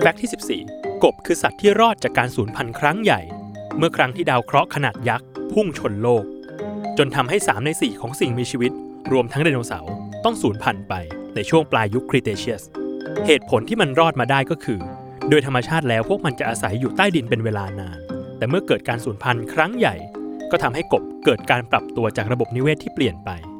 แฟกต์ที่14กบคือสัตว์ที่รอดจากการสูญพันธุ์ครั้งใหญ่เมื่อครั้งที่ดาวเคราะห์ขนาดยักษ์พุ่งชนโลกจนทำให้3ใน4ของสิ่งมีชีวิตรวมทั้งไดโนเสาร์ต้องสูญพันธุ์ไปในช่วงปลายยุคครีเทเชียสเหตุผลที่มันรอดมาได้ก็คือโดยธรรมชาติแล้วพวกมันจะอาศัยอยู่ใต้ดินเป็นเวลานานแต่เมื่อเกิดการสูญพันธุ์ครั้งใหญ่ก็ทำให้กบเกิดการปรับตัวจากระบบนิเวศที่เปลี่ยนไป